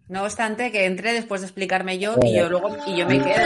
No obstante, que entre después de explicarme yo y yo me quedo.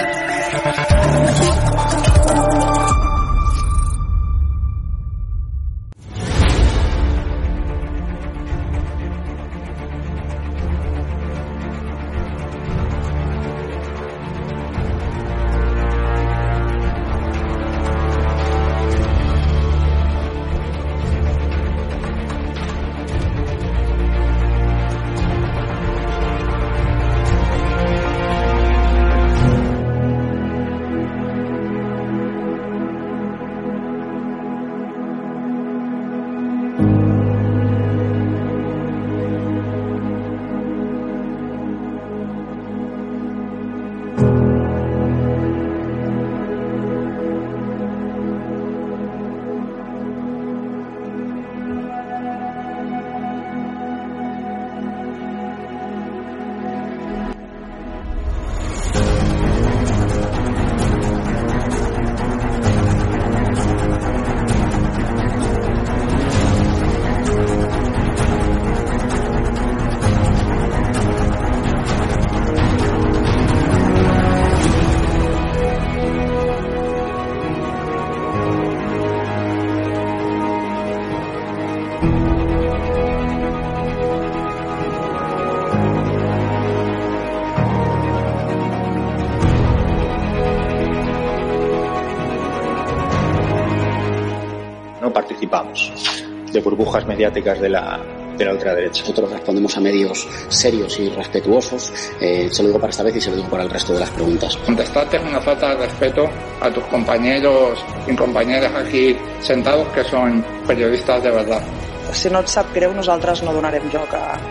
Participamos de burbujas mediáticas de la ultraderecha. Nosotros respondemos a medios serios y respetuosos. Se lo digo para esta vez y se lo digo para el resto de las preguntas. Contestarte es una falta de respeto a tus compañeros y compañeras aquí sentados que son periodistas de verdad. Si no et sap greu, nosaltres no donarem joc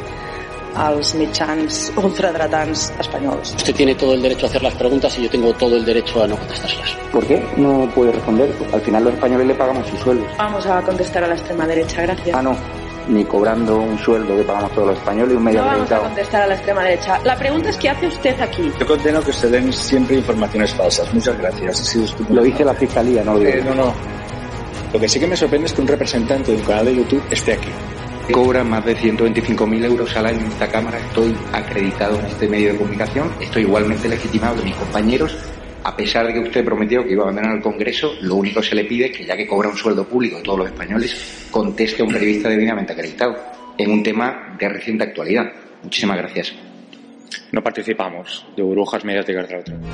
als mitjans ultradretans espanyols. Usted tiene todo el derecho a hacer las preguntas y yo tengo todo el derecho a no contestárselas. ¿Por qué no puede responder? Al final los españoles le pagamos sus sueldos. Vamos a contestar a la extrema derecha, gracias. Ah, no, ni cobrando un sueldo que pagamos todos los españoles y un medio acreditado. No vamos a contestar a la extrema derecha. La pregunta es, ¿qué hace usted aquí? Yo condeno que se den siempre informaciones falsas. Muchas gracias. Ha sido estupendo. Lo dice la Fiscalía, no lo digo. No. Lo que sí que me sorprende es que un representante de un canal de YouTube esté aquí. Cobra más de 125.000 euros al año en esta Cámara, estoy acreditado en este medio de comunicación, estoy igualmente legitimado de mis compañeros, a pesar de que usted prometió que iba a abandonar el Congreso, lo único que se le pide es que, ya que cobra un sueldo público de todos los españoles, conteste a un periodista debidamente acreditado en un tema de reciente actualidad. Muchísimas gracias. No participamos de burbujas mediáticas de la ultraderecha.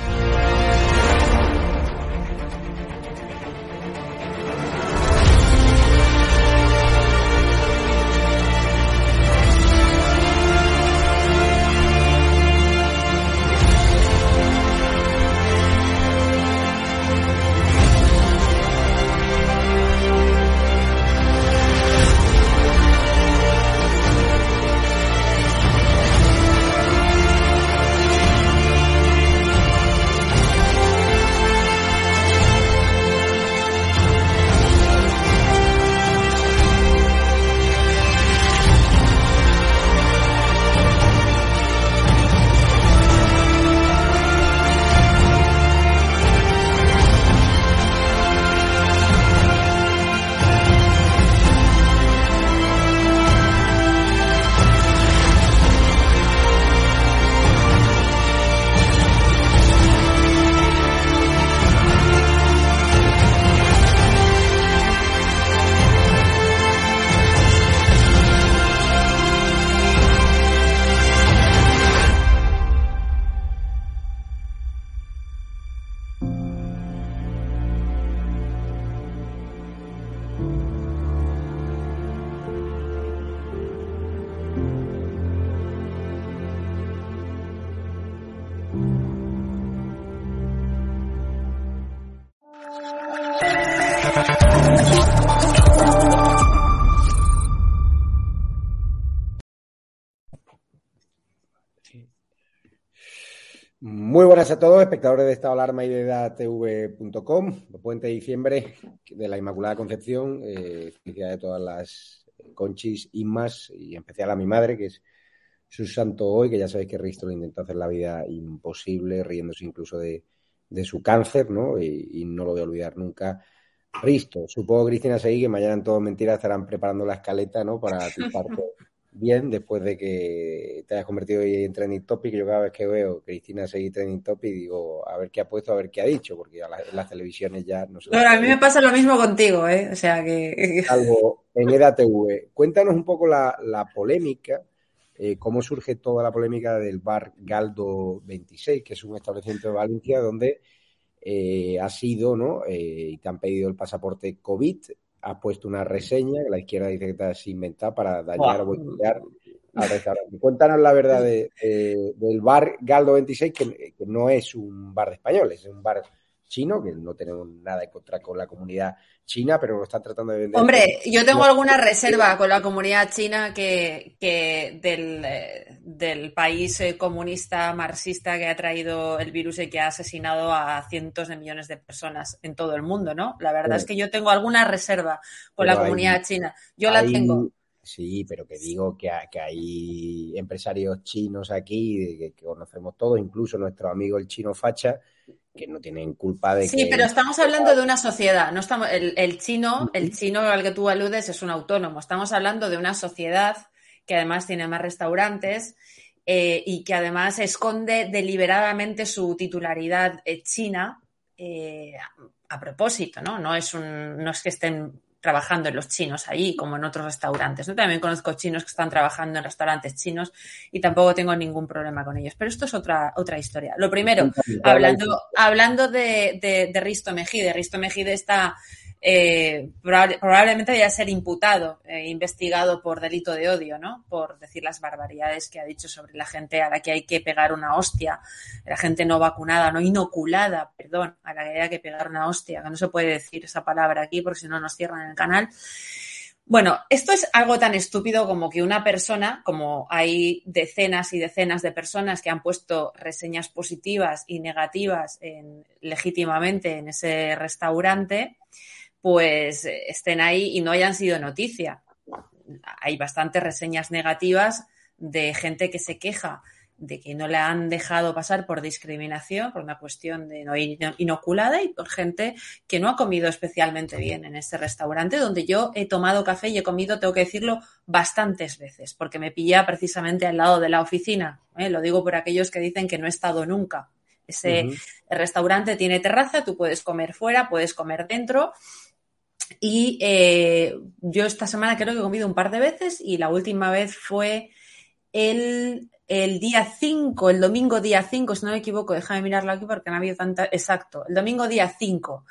Muy buenas a todos, espectadores de Estado Alarma y de edatv.com. Puente de diciembre de la Inmaculada Concepción. Felicidades a todas las conchis y más, y en especial a mi madre, que es su santo hoy, que ya sabéis que Risto le intentó hacer la vida imposible, riéndose incluso de su cáncer, ¿no? Y no lo voy a olvidar nunca. Risto, supongo, Cristina Seguí, que mañana en Todo Mentira estarán preparando la escaleta, ¿no? Para tiparte bien después de que te hayas convertido hoy en Trending Topic. Yo cada vez que veo Cristina seguir Trending Topic digo, a ver qué ha puesto, a ver qué ha dicho, porque en las televisiones ya no se Pero a mí me pasa lo mismo contigo, ¿eh? O sea que... Algo en EDATV. Cuéntanos un poco la polémica, cómo surge toda la polémica del bar Galdo 26, que es un establecimiento de Valencia donde ha sido, ¿no? Y te han pedido el pasaporte COVID. Has puesto una reseña que la izquierda dice que te has inventado para dañar o boicotear al restaurante. Cuéntanos la verdad del bar Galdo 26, que no es un bar de españoles, es un bar chino, que no tenemos nada en contra con la comunidad china, pero lo están tratando de vender. Hombre, yo tengo alguna reserva con la comunidad china que del país comunista marxista que ha traído el virus y que ha asesinado a cientos de millones de personas en todo el mundo, ¿no? La verdad es que yo tengo alguna reserva con la comunidad china. Yo la tengo. Sí, pero que digo que hay empresarios chinos aquí que conocemos todos, incluso nuestro amigo el chino facha, que no tienen culpa de que... Sí, pero estamos hablando de una sociedad. No estamos, el chino al que tú aludes es un autónomo. Estamos hablando de una sociedad que además tiene más restaurantes y que además esconde deliberadamente su titularidad china a propósito, ¿no? No es que estén trabajando en los chinos allí, como en otros restaurantes, ¿no? También conozco chinos que están trabajando en restaurantes chinos y tampoco tengo ningún problema con ellos. Pero esto es otra historia. Lo primero, hablando de Risto Mejide. Risto Mejide está probablemente vaya a ser imputado, investigado por delito de odio, ¿no? Por decir las barbaridades que ha dicho sobre la gente a la que hay que pegar una hostia, la gente no vacunada, no inoculada, perdón, a la que hay que pegar una hostia, que no se puede decir esa palabra aquí porque si no nos cierran el canal. Bueno, esto es algo tan estúpido como que una persona, como hay decenas y decenas de personas que han puesto reseñas positivas y negativas legítimamente en ese restaurante, pues estén ahí y no hayan sido noticia. Hay bastantes reseñas negativas de gente que se queja de que no la han dejado pasar por discriminación, por una cuestión de no ir inoculada, y por gente que no ha comido especialmente bien en este restaurante, donde yo he tomado café y he comido, tengo que decirlo, bastantes veces, porque me pilla precisamente al lado de la oficina. Lo digo por aquellos que dicen que no he estado nunca. El restaurante tiene terraza, tú puedes comer fuera, puedes comer dentro. Y yo esta semana creo que he comido un par de veces y la última vez fue el día 5, el domingo día 5, si no me equivoco, déjame mirarlo aquí porque no ha habido tanta... Exacto, el domingo día 5.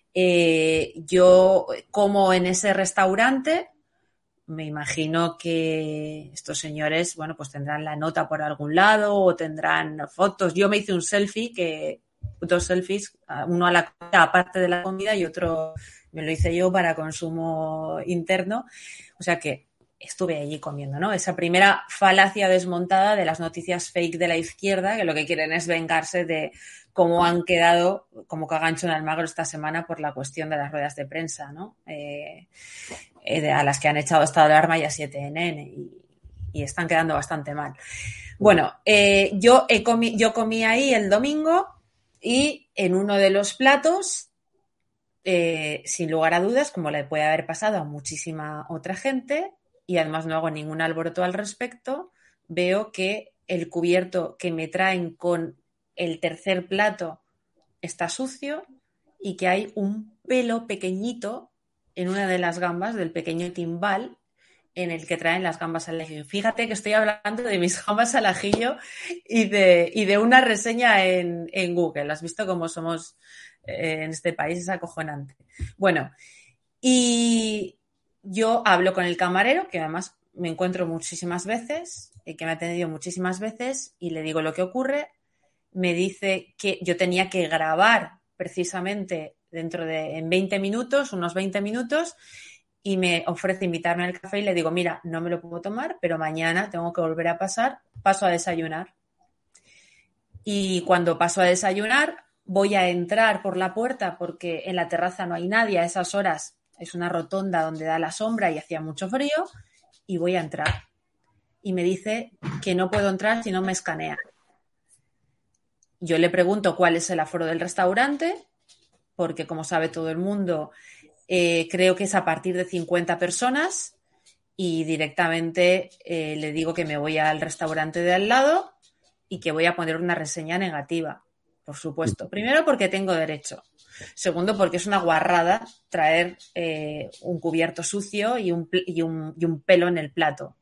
Yo como en ese restaurante, me imagino que estos señores, bueno, pues tendrán la nota por algún lado o tendrán fotos. Yo me hice un selfie, dos selfies, uno a la comida, aparte de la comida, y otro me lo hice yo para consumo interno. O sea que estuve allí comiendo, ¿no? Esa primera falacia desmontada de las noticias fake de la izquierda, que lo que quieren es vengarse de cómo han quedado como cagancho en Almagro esta semana por la cuestión de las ruedas de prensa, ¿no? A las que han echado estado de alarma y a 7NN y están quedando bastante mal. Bueno, yo comí ahí el domingo y en uno de los platos, sin lugar a dudas, como le puede haber pasado a muchísima otra gente, y además no hago ningún alboroto al respecto, veo que el cubierto que me traen con el tercer plato está sucio y que hay un pelo pequeñito en una de las gambas del pequeño timbal en el que traen las gambas al ajillo. Fíjate que estoy hablando de mis gambas al ajillo y de una reseña en Google. ¿Has visto cómo somos en este país? Es acojonante. Bueno, y yo hablo con el camarero, que además me encuentro muchísimas veces, que me ha atendido muchísimas veces, y le digo lo que ocurre. Me dice que yo tenía que grabar precisamente en 20 minutos, unos 20 minutos, y me ofrece invitarme al café y le digo, mira, no me lo puedo tomar, pero mañana tengo que volver a paso a desayunar. Y cuando paso a desayunar, voy a entrar por la puerta porque en la terraza no hay nadie a esas horas. Es una rotonda donde da la sombra y hacía mucho frío, y voy a entrar. Y me dice que no puedo entrar si no me escanean. Yo le pregunto cuál es el aforo del restaurante, porque como sabe todo el mundo, creo que es a partir de 50 personas, y directamente le digo que me voy al restaurante de al lado y que voy a poner una reseña negativa, por supuesto. Primero, porque tengo derecho. Segundo, porque es una guarrada traer un cubierto sucio y un pelo en el plato.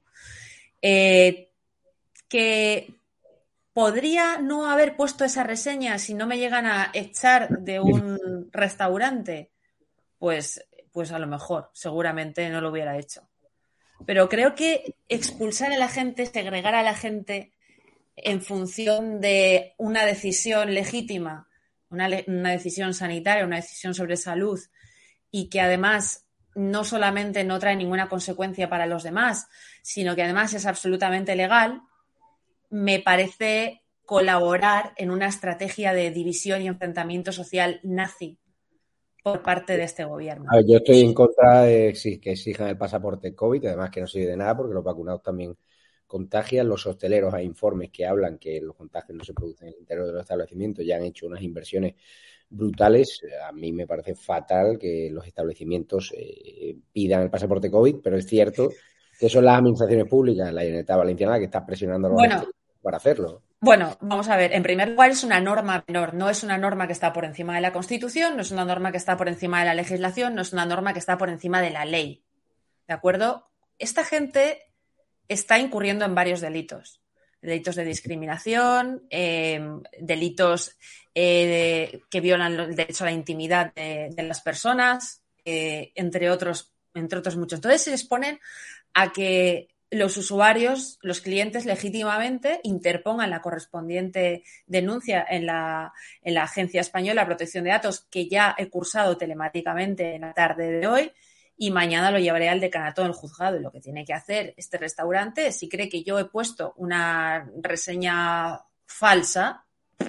Que podría no haber puesto esa reseña si no me llegan a echar de un restaurante. Pues a lo mejor, seguramente no lo hubiera hecho. Pero creo que expulsar a la gente, segregar a la gente en función de una decisión legítima, una decisión sanitaria, una decisión sobre salud, y que además no solamente no trae ninguna consecuencia para los demás, sino que además es absolutamente legal, me parece colaborar en una estrategia de división y enfrentamiento social nazi por parte de este gobierno. A ver, yo estoy en contra de que exijan el pasaporte COVID, además que no sirve de nada porque los vacunados también contagian. Los hosteleros, hay informes que hablan que los contagios no se producen en el interior de los establecimientos, ya han hecho unas inversiones brutales. A mí me parece fatal que los establecimientos pidan el pasaporte COVID, pero es cierto que son las administraciones públicas, la Generalitat Valenciana, que está presionando a los hosteleros para hacerlo. Bueno, vamos a ver, en primer lugar es una norma menor, no es una norma que está por encima de la Constitución, no es una norma que está por encima de la legislación, no es una norma que está por encima de la ley, ¿de acuerdo? Esta gente está incurriendo en varios delitos de discriminación, delitos que violan el derecho a la intimidad de las personas, entre otros muchos. Entonces se exponen a que los usuarios, los clientes legítimamente interpongan la correspondiente denuncia en la Agencia Española de Protección de Datos, que ya he cursado telemáticamente en la tarde de hoy, y mañana lo llevaré al decanato del juzgado. Y lo que tiene que hacer este restaurante, si cree que yo he puesto una reseña falsa,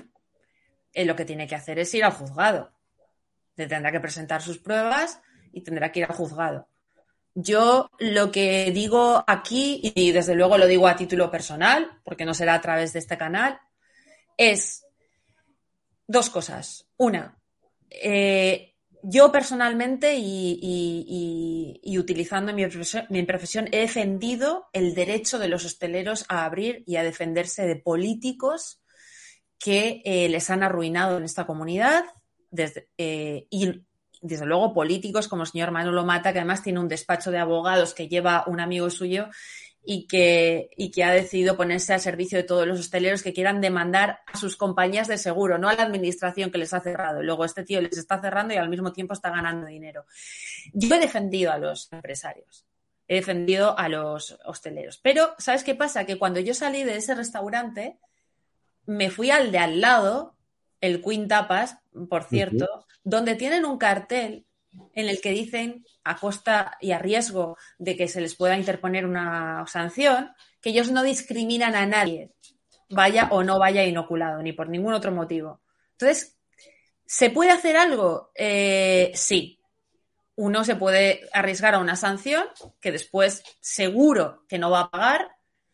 lo que tiene que hacer es ir al juzgado. Tendrá que presentar sus pruebas y tendrá que ir al juzgado. Yo lo que digo aquí, y desde luego lo digo a título personal, porque no será a través de este canal, es dos cosas. Una, yo personalmente y utilizando mi profesión he defendido el derecho de los hosteleros a abrir y a defenderse de políticos que les han arruinado en esta comunidad y desde luego políticos como el señor Manolo Mata, que además tiene un despacho de abogados que lleva un amigo suyo y que ha decidido ponerse al servicio de todos los hosteleros que quieran demandar a sus compañías de seguro, no a la administración que les ha cerrado. Luego este tío les está cerrando y al mismo tiempo está ganando dinero. Yo he defendido a los empresarios, he defendido a los hosteleros. Pero, ¿sabes qué pasa? Que cuando yo salí de ese restaurante, me fui al de al lado, el Queen Tapas, por cierto, donde tienen un cartel en el que dicen, a costa y a riesgo de que se les pueda interponer una sanción, que ellos no discriminan a nadie, vaya o no vaya inoculado, ni por ningún otro motivo. Entonces, ¿se puede hacer algo? Sí. Uno se puede arriesgar a una sanción que después seguro que no va a pagar,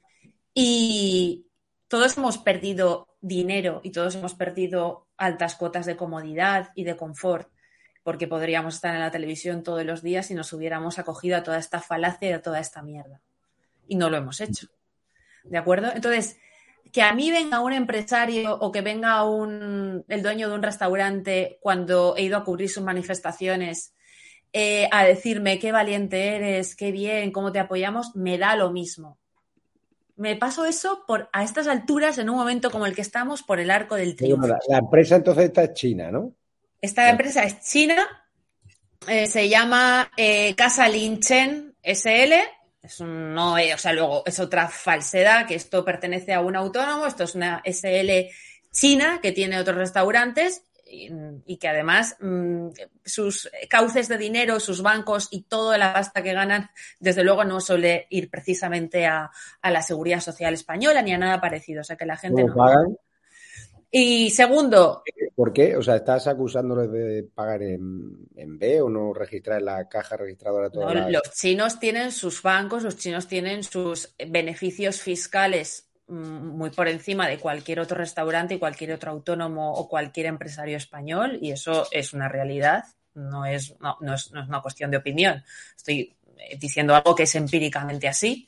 y todos hemos perdido dinero y todos hemos perdido altas cuotas de comodidad y de confort, porque podríamos estar en la televisión todos los días si nos hubiéramos acogido a toda esta falacia y a toda esta mierda. Y no lo hemos hecho. ¿De acuerdo? Entonces, que a mí venga un empresario o que venga el dueño de un restaurante cuando he ido a cubrir sus manifestaciones a decirme qué valiente eres, qué bien, cómo te apoyamos, me da lo mismo. Me paso eso a estas alturas, en un momento como el que estamos, por el arco del triunfo. Bueno, la empresa entonces está china, ¿no? Esta empresa es china, se llama Casa Linchen SL. Luego es otra falsedad, que esto pertenece a un autónomo, esto es una SL china que tiene otros restaurantes y que además sus cauces de dinero, sus bancos y toda la pasta que ganan, desde luego no suele ir precisamente a la seguridad social española ni a nada parecido. O sea que la gente no pagan. Y segundo... ¿Por qué? O sea, ¿estás acusándoles de pagar en B o no registrar en la caja registradora todas las... Los chinos tienen sus bancos, los chinos tienen sus beneficios fiscales muy por encima de cualquier otro restaurante y cualquier otro autónomo o cualquier empresario español, y eso es una realidad, no es una cuestión de opinión. Estoy diciendo algo que es empíricamente así.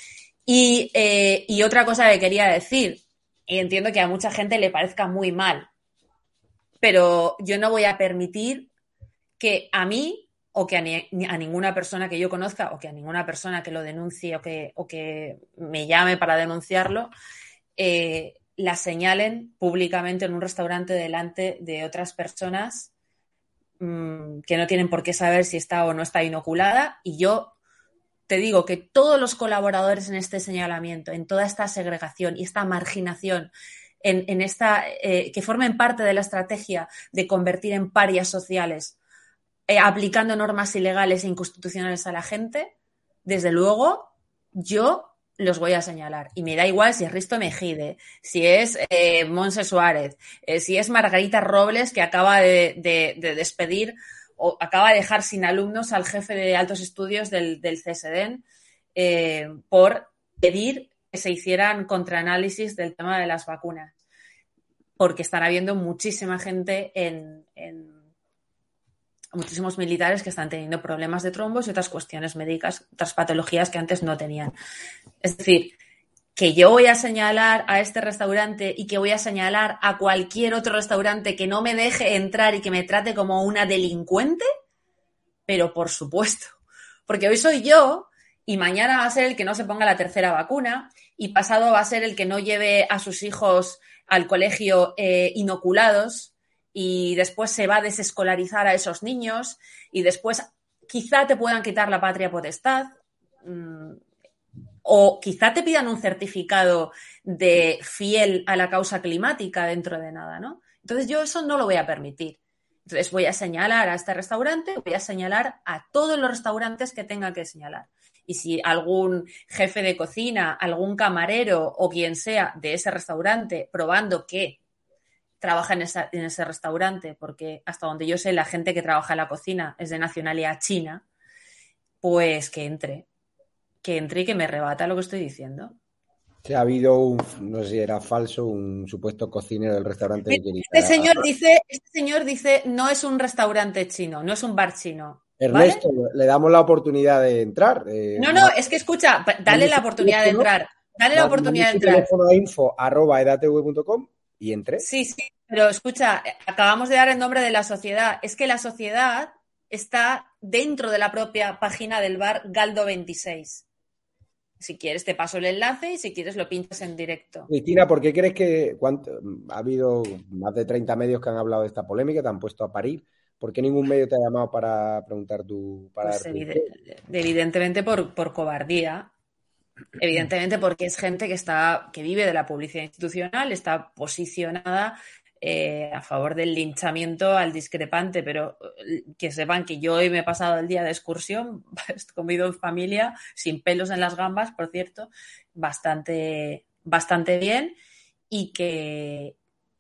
Y otra cosa que quería decir, y entiendo que a mucha gente le parezca muy mal, pero yo no voy a permitir que a mí o que a ninguna persona que yo conozca o que a ninguna persona que lo denuncie o que me llame para denunciarlo, la señalen públicamente en un restaurante delante de otras personas que no tienen por qué saber si está o no está inoculada. Y yo te digo que todos los colaboradores en este señalamiento, en toda esta segregación y esta marginación, en esta que formen parte de la estrategia de convertir en parias sociales, aplicando normas ilegales e inconstitucionales a la gente, desde luego yo los voy a señalar. Y me da igual si es Risto Mejide, si es Montse Suárez, si es Margarita Robles, que acaba de despedir o acaba de dejar sin alumnos al jefe de altos estudios del CSDEN por pedir que se hicieran contraanálisis del tema de las vacunas. Porque están habiendo muchísima gente muchísimos militares que están teniendo problemas de trombos y otras cuestiones médicas, otras patologías que antes no tenían. Es decir, que yo voy a señalar a este restaurante y que voy a señalar a cualquier otro restaurante que no me deje entrar y que me trate como una delincuente, pero por supuesto, porque hoy soy yo y mañana va a ser el que no se ponga la tercera vacuna y pasado va a ser el que no lleve a sus hijos al colegio inoculados, y después se va a desescolarizar a esos niños y después quizá te puedan quitar la patria potestad o quizá te pidan un certificado de fiel a la causa climática dentro de nada, ¿no? Entonces yo eso no lo voy a permitir. Entonces voy a señalar a este restaurante, voy a señalar a todos los restaurantes que tenga que señalar. Y si algún jefe de cocina, algún camarero o quien sea de ese restaurante probando que trabaja en ese restaurante, porque hasta donde yo sé la gente que trabaja en la cocina es de nacionalidad china, pues que entre y que me rebata lo que estoy diciendo. Sí, ha habido no sé si era falso, un supuesto cocinero del restaurante. Este señor dice no es un restaurante chino, no es un bar chino. Ernesto, ¿vale? Le damos la oportunidad de entrar. No, es que escucha, dale la oportunidad de entrar. Dale la oportunidad de entrar. Teléfono a info@edatv.com y entre. Sí, pero escucha, acabamos de dar el nombre de la sociedad. Es que la sociedad está dentro de la propia página del bar Galdo 26. Si quieres te paso el enlace y si quieres lo pinchas en directo. Cristina, ¿por qué crees que ha habido más de 30 medios que han hablado de esta polémica, te han puesto a parir? ¿Por qué ningún medio te ha llamado para preguntar Pues evidentemente por cobardía. Evidentemente porque es gente que vive de la publicidad institucional, está posicionada a favor del linchamiento al discrepante, pero que sepan que yo hoy me he pasado el día de excursión, he comido en familia, sin pelos en las gambas, por cierto, bastante bien y que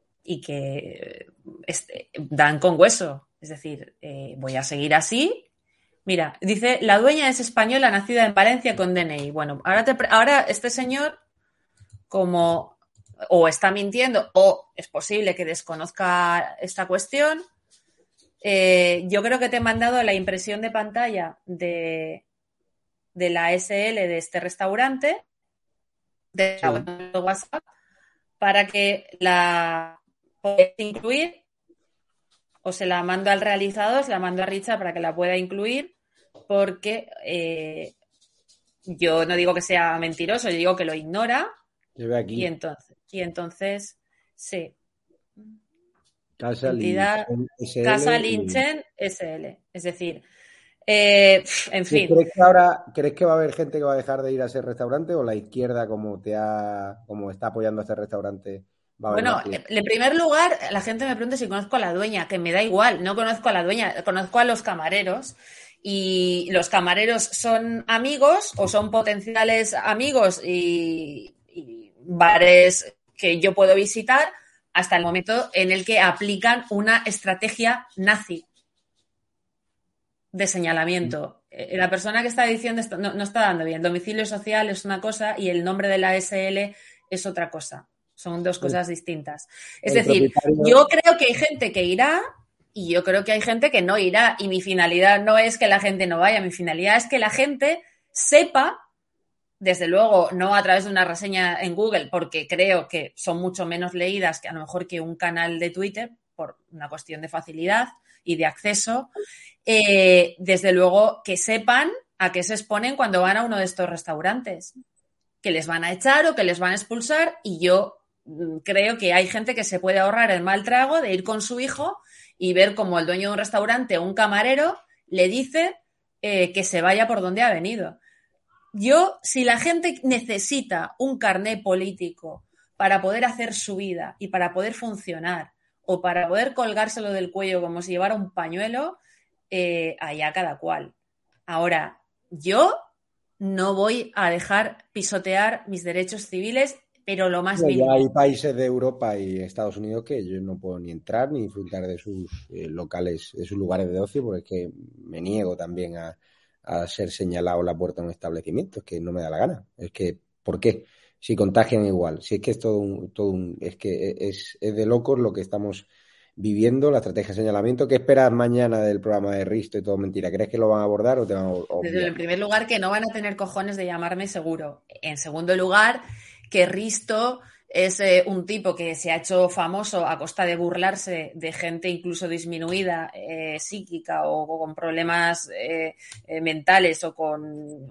dan con hueso. Es decir, voy a seguir así. Mira, dice, la dueña es española, nacida en Valencia con DNI. Bueno, ahora este señor, como o está mintiendo o es posible que desconozca esta cuestión, yo creo que te he mandado la impresión de pantalla de la SL de este restaurante, de la WhatsApp, para que la podáis incluir. O se la mando al realizador, se la mando a Richa para que la pueda incluir, porque yo no digo que sea mentiroso, yo digo que lo ignora. Aquí. Y entonces, sí. Casa Linchen SL. Es decir, en fin. ¿Crees que va a haber gente que va a dejar de ir a ese restaurante o la izquierda, como está apoyando a ese restaurante? Bueno, en primer lugar, la gente me pregunta si conozco a la dueña, que me da igual, no conozco a la dueña, conozco a los camareros y los camareros son amigos o son potenciales amigos y bares que yo puedo visitar hasta el momento en el que aplican una estrategia nazi de señalamiento. La persona que está diciendo esto no está dando bien. El domicilio social es una cosa y el nombre de la SL es otra cosa. Son dos cosas distintas. Es decir, yo creo que hay gente que irá y yo creo que hay gente que no irá, y mi finalidad no es que la gente no vaya, mi finalidad es que la gente sepa, desde luego no a través de una reseña en Google, porque creo que son mucho menos leídas que a lo mejor que un canal de Twitter, por una cuestión de facilidad y de acceso, desde luego que sepan a qué se exponen cuando van a uno de estos restaurantes, que les van a echar o que les van a expulsar, y yo creo que hay gente que se puede ahorrar el mal trago de ir con su hijo y ver cómo el dueño de un restaurante o un camarero le dice que se vaya por donde ha venido. Yo, si la gente necesita un carné político para poder hacer su vida y para poder funcionar o para poder colgárselo del cuello como si llevara un pañuelo, allá cada cual. Ahora, yo no voy a dejar pisotear mis derechos civiles, pero lo más mínimo. Ya hay países de Europa y Estados Unidos que yo no puedo ni entrar ni disfrutar de sus locales, de sus lugares de ocio, porque es que me niego también a ser señalado la puerta de un establecimiento. Es que no me da la gana. Es que, ¿por qué? Si contagian igual. Si es que es es que es de locos lo que estamos viviendo, la estrategia de señalamiento. ¿Qué esperas mañana del programa de Risto y todo mentira? ¿Crees que lo van a abordar o te van a obviar? En primer lugar, que no van a tener cojones de llamarme seguro. En segundo lugar, que Risto es un tipo que se ha hecho famoso a costa de burlarse de gente incluso disminuida psíquica o con problemas mentales o con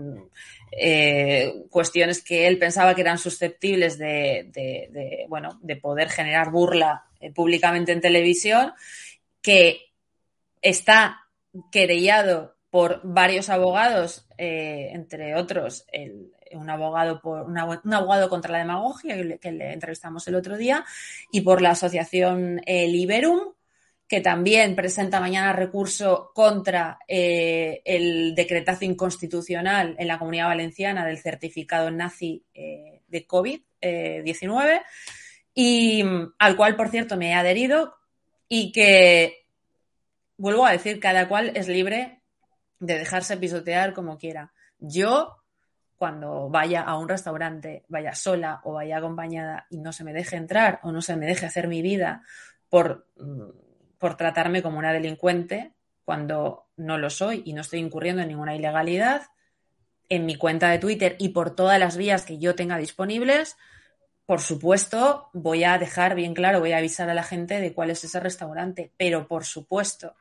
cuestiones que él pensaba que eran susceptibles de poder generar burla públicamente en televisión, que está querellado por varios abogados, entre otros un abogado contra la demagogia que le entrevistamos el otro día, y por la asociación Liberum, que también presenta mañana recurso contra el decretazo inconstitucional en la Comunidad Valenciana del certificado nazi de COVID-19, y al cual, por cierto, me he adherido, y que, vuelvo a decir, cada cual es libre de dejarse pisotear como quiera. Yo, cuando vaya a un restaurante, vaya sola o vaya acompañada y no se me deje entrar o no se me deje hacer mi vida por tratarme como una delincuente, cuando no lo soy y no estoy incurriendo en ninguna ilegalidad, en mi cuenta de Twitter y por todas las vías que yo tenga disponibles, por supuesto, voy a dejar bien claro, voy a avisar a la gente de cuál es ese restaurante, pero por supuesto,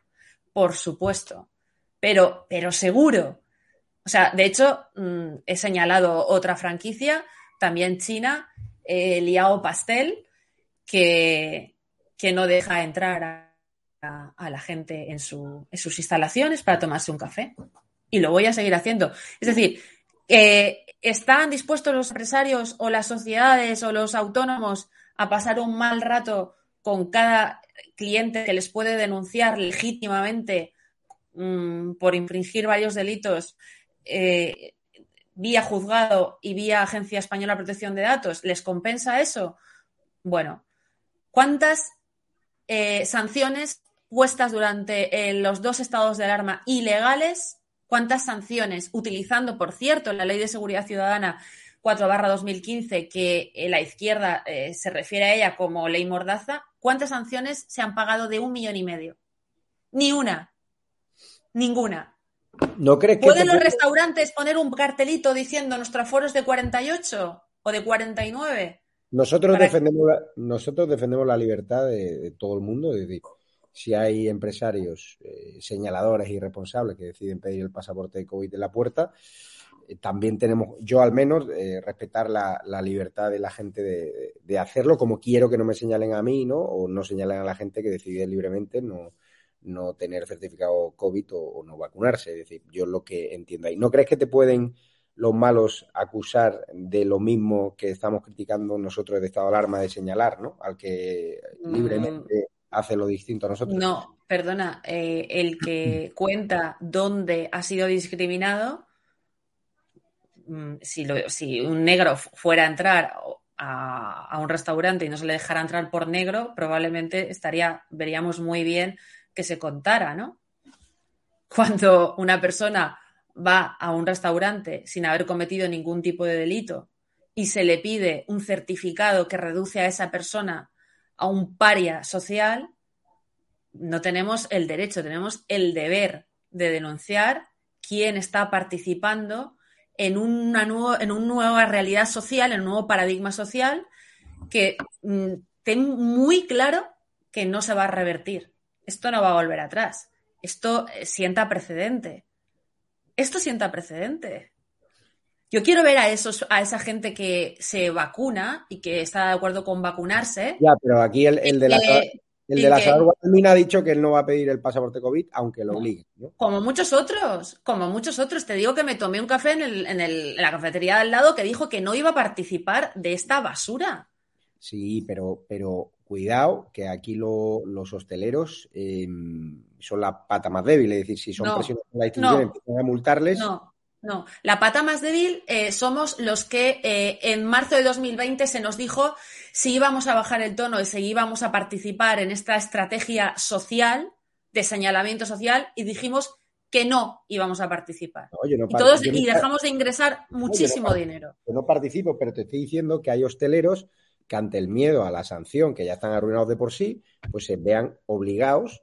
pero seguro. O sea, de hecho, he señalado otra franquicia, también china, Liao Pastel, que no deja entrar a la gente en sus instalaciones para tomarse un café. Y lo voy a seguir haciendo. Es decir, ¿están dispuestos los empresarios o las sociedades o los autónomos a pasar un mal rato con cada cliente que les puede denunciar legítimamente por infringir varios delitos vía juzgado y vía Agencia Española de Protección de Datos? ¿Les compensa eso? Bueno, ¿cuántas sanciones puestas durante los 2 estados de alarma ilegales? ¿Cuántas sanciones, utilizando, por cierto, la Ley de Seguridad Ciudadana 4/2015, que la izquierda se refiere a ella como ley mordaza? ¿Cuántas sanciones se han pagado de 1,5 millones? Ni una. Ninguna. ¿No crees que ¿Pueden los restaurantes poner un cartelito diciendo nuestro aforo es de 48 o de 49? Nosotros defendemos la libertad de todo el mundo. Es decir, si hay empresarios señaladores y responsables que deciden pedir el pasaporte de COVID en la puerta, también tenemos, yo al menos, respetar la libertad de la gente de hacerlo, como quiero que no me señalen a mí, ¿no? O no señalen a la gente que decide libremente no tener certificado COVID o no vacunarse. Es decir, yo lo que entiendo ahí. ¿No crees que te pueden los malos acusar de lo mismo que estamos criticando nosotros de estado de alarma, de señalar, ¿no? Al que libremente hace lo distinto a nosotros? No, perdona, el que cuenta dónde ha sido discriminado, si un negro fuera a entrar a un restaurante y no se le dejara entrar por negro, probablemente veríamos muy bien que se contara, ¿no? Cuando una persona va a un restaurante sin haber cometido ningún tipo de delito y se le pide un certificado que reduce a esa persona a un paria social, no tenemos el derecho, tenemos el deber de denunciar quién está participando en una nueva realidad social, en un nuevo paradigma social que ten muy claro que no se va a revertir. Esto no va a volver atrás. Esto sienta precedente. Yo quiero ver a esa gente que se vacuna y que está de acuerdo con vacunarse. Ya, pero aquí el de la Salud Guadalmina ha dicho que él no va a pedir el pasaporte COVID, aunque lo obligue, ¿no? Como muchos otros. Te digo que me tomé un café en la cafetería de al lado que dijo que no iba a participar de esta basura. Sí, pero cuidado, que aquí los hosteleros son la pata más débil. Es decir, si son presionados por la institución, empiezan a multarles. No, la pata más débil somos los que en marzo de 2020 se nos dijo si íbamos a bajar el tono y si íbamos a participar en esta estrategia social, de señalamiento social, y dijimos que no íbamos a participar. Y dejamos de ingresar muchísimo dinero. Yo no participo, pero te estoy diciendo que hay hosteleros que ante el miedo a la sanción, que ya están arruinados de por sí, pues se vean obligados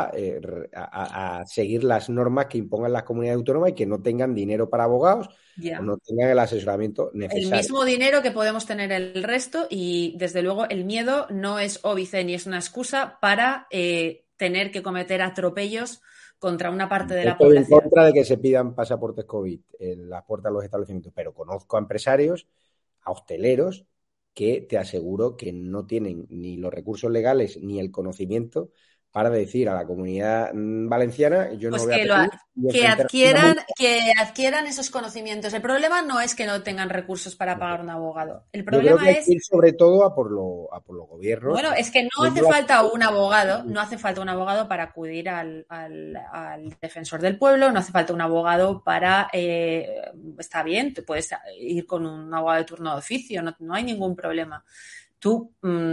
a seguir las normas que impongan las comunidades autónomas y que no tengan dinero para abogados o no tengan el asesoramiento necesario. El mismo dinero que podemos tener el resto, y desde luego el miedo no es óbice ni es una excusa para tener que cometer atropellos contra una parte de la población. Estoy en contra de que se pidan pasaportes COVID en las puertas de los establecimientos, pero conozco a empresarios, a hosteleros, que te aseguro que no tienen ni los recursos legales ni el conocimiento para decir a la comunidad valenciana, yo no voy a pedir... Que adquieran esos conocimientos. El problema no es que no tengan recursos para pagar un abogado. El problema es ir sobre todo a por los gobiernos. Bueno, es que no hace falta un abogado para acudir al defensor del pueblo, no hace falta un abogado para... está bien, te puedes ir con un abogado de turno de oficio, no hay ningún problema. Tú...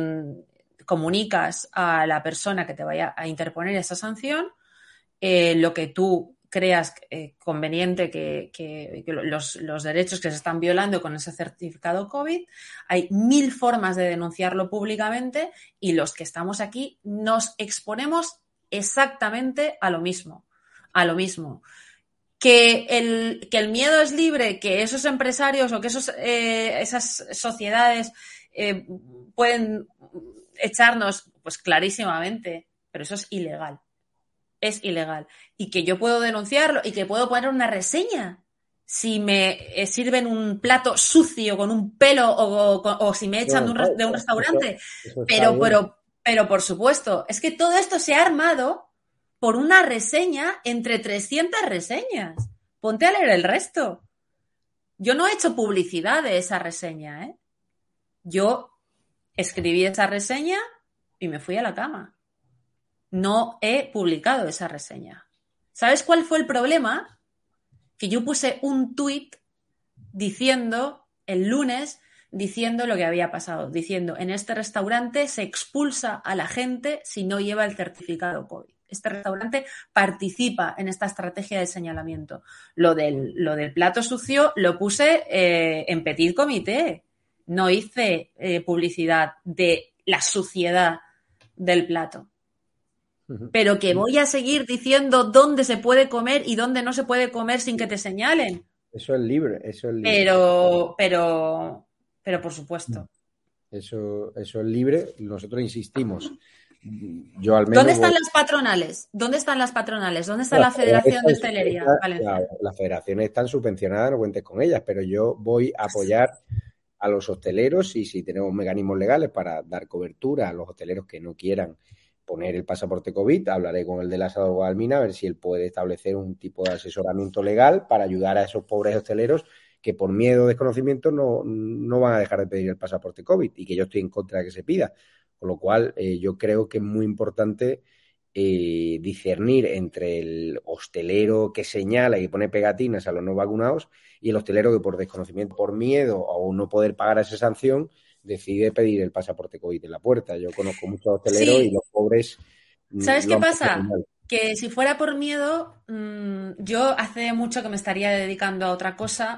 comunicas a la persona que te vaya a interponer esa sanción lo que tú creas conveniente que los derechos que se están violando con ese certificado COVID. Hay 1000 formas de denunciarlo públicamente y los que estamos aquí nos exponemos exactamente a lo mismo. Que el miedo es libre, que esos empresarios o que esas sociedades pueden echarnos, pues clarísimamente, pero eso es ilegal. Es ilegal. Y que yo puedo denunciarlo y que puedo poner una reseña si me sirven un plato sucio con un pelo o si me echan de un restaurante. Eso pero por supuesto, es que todo esto se ha armado por una reseña entre 300 reseñas. Ponte a leer el resto. Yo no he hecho publicidad de esa reseña, ¿eh? Yo escribí esa reseña y me fui a la cama. No he publicado esa reseña. ¿Sabes cuál fue el problema? Que yo puse un tuit el lunes diciendo lo que había pasado. Diciendo, en este restaurante se expulsa a la gente si no lleva el certificado COVID. Este restaurante participa en esta estrategia de señalamiento. Lo del plato sucio lo puse en petit comité. No hice publicidad de la suciedad del plato. Pero que voy a seguir diciendo dónde se puede comer y dónde no se puede comer sin que te señalen. Eso es libre. Pero por supuesto. Eso es libre. Nosotros insistimos. Yo al menos ¿Dónde están las patronales? ¿Dónde está la Federación de Hostelería? Las federaciones están subvencionadas, no cuentes con ellas, pero yo voy a apoyar a los hosteleros y si tenemos mecanismos legales para dar cobertura a los hosteleros que no quieran poner el pasaporte COVID, hablaré con el de la Salud Guadalmina a ver si él puede establecer un tipo de asesoramiento legal para ayudar a esos pobres hosteleros que por miedo o desconocimiento no van a dejar de pedir el pasaporte COVID y que yo estoy en contra de que se pida. Con lo cual, yo creo que es muy importante discernir entre el hostelero que señala y pone pegatinas a los no vacunados y el hostelero que por desconocimiento, por miedo o no poder pagar esa sanción, decide pedir el pasaporte COVID en la puerta. Yo conozco muchos hosteleros y los pobres... ¿Sabes qué pasa? Que si fuera por miedo, yo hace mucho que me estaría dedicando a otra cosa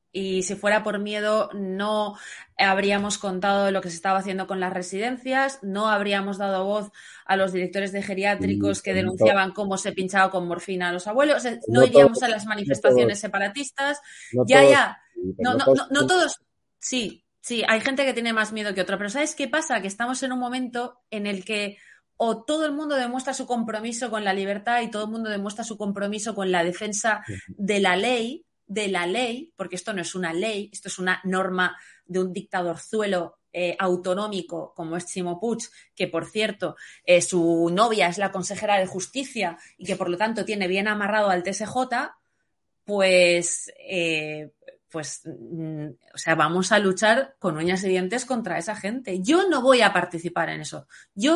Y si fuera por miedo, no habríamos contado lo que se estaba haciendo con las residencias, no habríamos dado voz a los directores de geriátricos que denunciaban cómo se pinchaba con morfina a los abuelos, no iríamos a las manifestaciones separatistas. No todos. Sí, hay gente que tiene más miedo que otra, pero ¿sabes qué pasa? Que estamos en un momento en el que o todo el mundo demuestra su compromiso con la libertad y todo el mundo demuestra su compromiso con la defensa de la ley, porque esto no es una ley, esto es una norma de un dictadorzuelo autonómico como es Ximo Puig, que por cierto su novia es la consejera de Justicia y que por lo tanto tiene bien amarrado al TSJ, pues vamos a luchar con uñas y dientes contra esa gente. Yo no voy a participar en eso.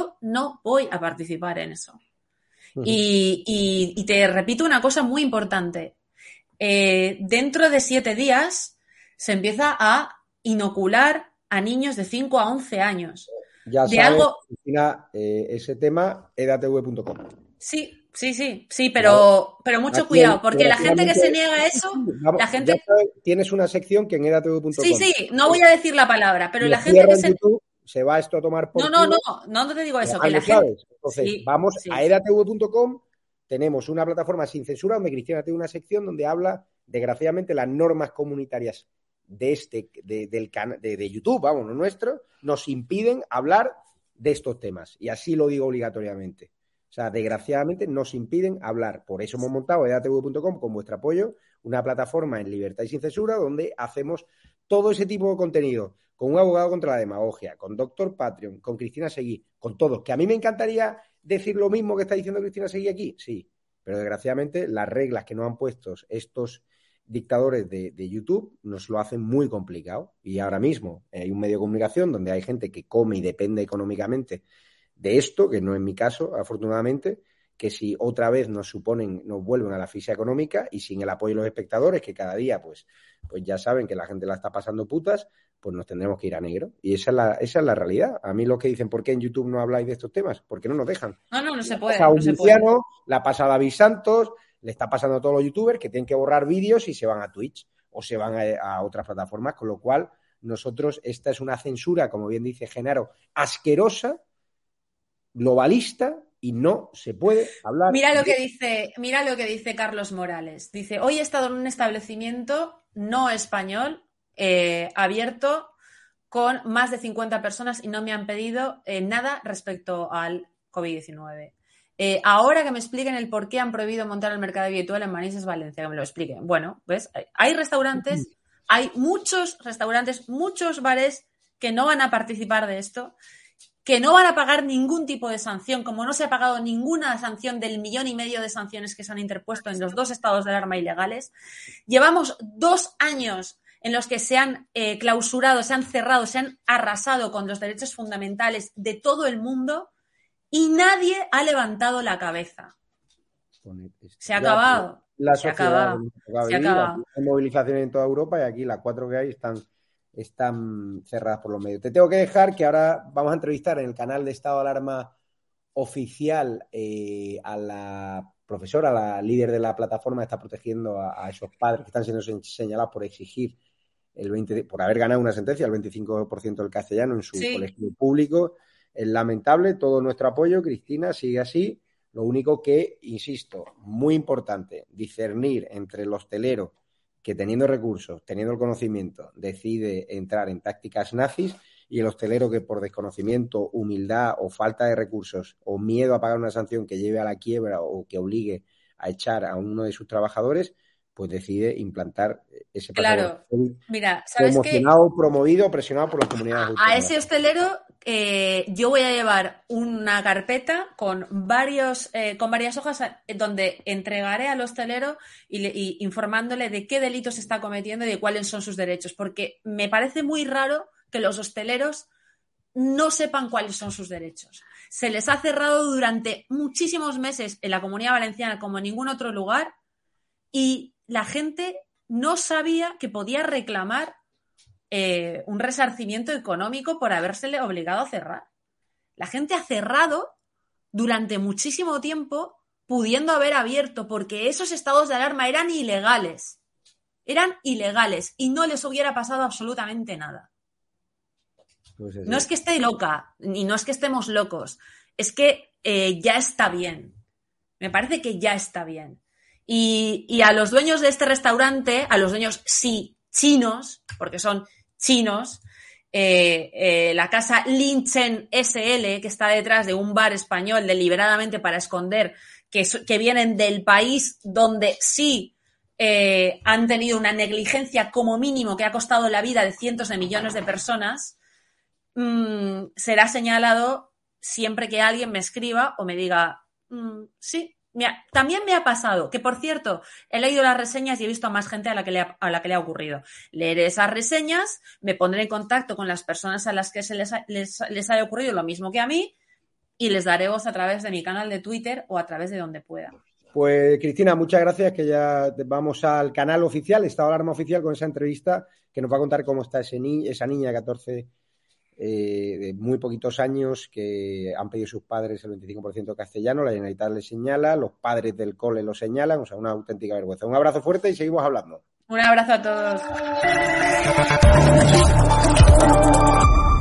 Y te repito una cosa muy importante. Dentro de 7 días se empieza a inocular a niños de 5 a 11 años. Ya de sabes, algo... Cristina, ese tema, edatv.com. Sí, pero mucho cuidado, porque la gente que se niega a eso, la gente... Ya sabes, tienes una sección que en edatv.com. Sí, no voy a decir la palabra, pero la gente que YouTube, se va esto a tomar por culo. No te digo eso, que la gente... Entonces, vamos a edatv.com. Tenemos una plataforma sin censura donde Cristina tiene una sección donde habla, desgraciadamente, las normas comunitarias de YouTube, vamos, no nuestro, nos impiden hablar de estos temas. Y así lo digo obligatoriamente. O sea, desgraciadamente nos impiden hablar. Por eso hemos montado edatv.com con vuestro apoyo, una plataforma en libertad y sin censura donde hacemos todo ese tipo de contenido, con un abogado contra la demagogia, con Doctor Patreon, con Cristina Seguí, con todos. Que a mí me encantaría decir lo mismo que está diciendo Cristina Seguí aquí, sí, pero desgraciadamente las reglas que nos han puesto estos dictadores de YouTube nos lo hacen muy complicado. Y ahora mismo hay un medio de comunicación donde hay gente que come y depende económicamente de esto, que no es mi caso, afortunadamente, que si otra vez nos vuelven a la asfixia económica y sin el apoyo de los espectadores, que cada día pues ya saben que la gente la está pasando putas, pues nos tendremos que ir a negro. Y esa es la realidad. A mí los que dicen, ¿por qué en YouTube no habláis de estos temas? Porque no nos dejan. No se puede. La ha pasado a David Santos, le está pasando a todos los youtubers que tienen que borrar vídeos y se van a Twitch o se van a otras plataformas, con lo cual nosotros, esta es una censura, como bien dice Genaro, asquerosa, globalista, y no se puede hablar. Mira lo que dice Carlos Morales. Dice, hoy he estado en un establecimiento no español abierto con más de 50 personas y no me han pedido nada respecto al COVID-19. Ahora que me expliquen el por qué han prohibido montar el mercado virtual en Manises, Valencia, que me lo expliquen. Bueno, ¿ves? Hay restaurantes, hay muchos restaurantes, muchos bares que no van a participar de esto, que no van a pagar ningún tipo de sanción, como no se ha pagado ninguna sanción del 1,5 millones de sanciones que se han interpuesto en los 2 estados de alarma ilegales. Llevamos 2 años en los que se han clausurado, se han cerrado, se han arrasado con los derechos fundamentales de todo el mundo y nadie ha levantado la cabeza. Se ha acabado. Se ha acabado. Hay movilizaciones en toda Europa y aquí las 4 que hay están cerradas por los medios. Te tengo que dejar, que ahora vamos a entrevistar en el canal de Estado de Alarma oficial a la profesora, la líder de la plataforma que está protegiendo a esos padres que están siendo señalados por exigir por haber ganado una sentencia del 25% del castellano en su colegio público. Es lamentable, todo nuestro apoyo. Cristina, sigue así. Lo único que, insisto, muy importante, discernir entre el hostelero que teniendo recursos, teniendo el conocimiento, decide entrar en tácticas nazis y el hostelero que por desconocimiento, humildad o falta de recursos o miedo a pagar una sanción que lleve a la quiebra o que obligue a echar a uno de sus trabajadores, pues decide implantar ese pasaporte. Claro, mira, ¿sabes promocionado, promovido, presionado por las comunidades autónomas. A ese hostelero yo voy a llevar una carpeta con varias hojas donde entregaré al hostelero y informándole de qué delitos está cometiendo y de cuáles son sus derechos, porque me parece muy raro que los hosteleros no sepan cuáles son sus derechos. Se les ha cerrado durante muchísimos meses en la Comunidad Valenciana como en ningún otro lugar y la gente no sabía que podía reclamar un resarcimiento económico por habérsele obligado a cerrar. La gente ha cerrado durante muchísimo tiempo pudiendo haber abierto porque esos estados de alarma eran ilegales. eran ilegales y no les hubiera pasado absolutamente nada. Pues no es que esté loca, ni no es que estemos locos, es que ya está bien. Me parece que ya está bien. Y a los dueños de este restaurante, a los dueños, sí, chinos, porque son chinos, la casa Lin Chen SL, que está detrás de un bar español deliberadamente para esconder que vienen del país donde sí han tenido una negligencia como mínimo que ha costado la vida de cientos de millones de personas, será señalado siempre que alguien me escriba o me diga, sí. También me ha pasado, que por cierto, he leído las reseñas y he visto a más gente a la que le ha ocurrido. Leeré esas reseñas, me pondré en contacto con las personas a las que les haya ocurrido lo mismo que a mí y les daré voz a través de mi canal de Twitter o a través de donde pueda. Pues Cristina, muchas gracias, que ya vamos al canal oficial, Estado de Alarma Oficial, con esa entrevista que nos va a contar cómo está esa niña de 14 de muy poquitos años que han pedido sus padres el 25% castellano, la Generalitat le señala, los padres del cole lo señalan, o sea, una auténtica vergüenza. Un abrazo fuerte y seguimos hablando. Un abrazo a todos.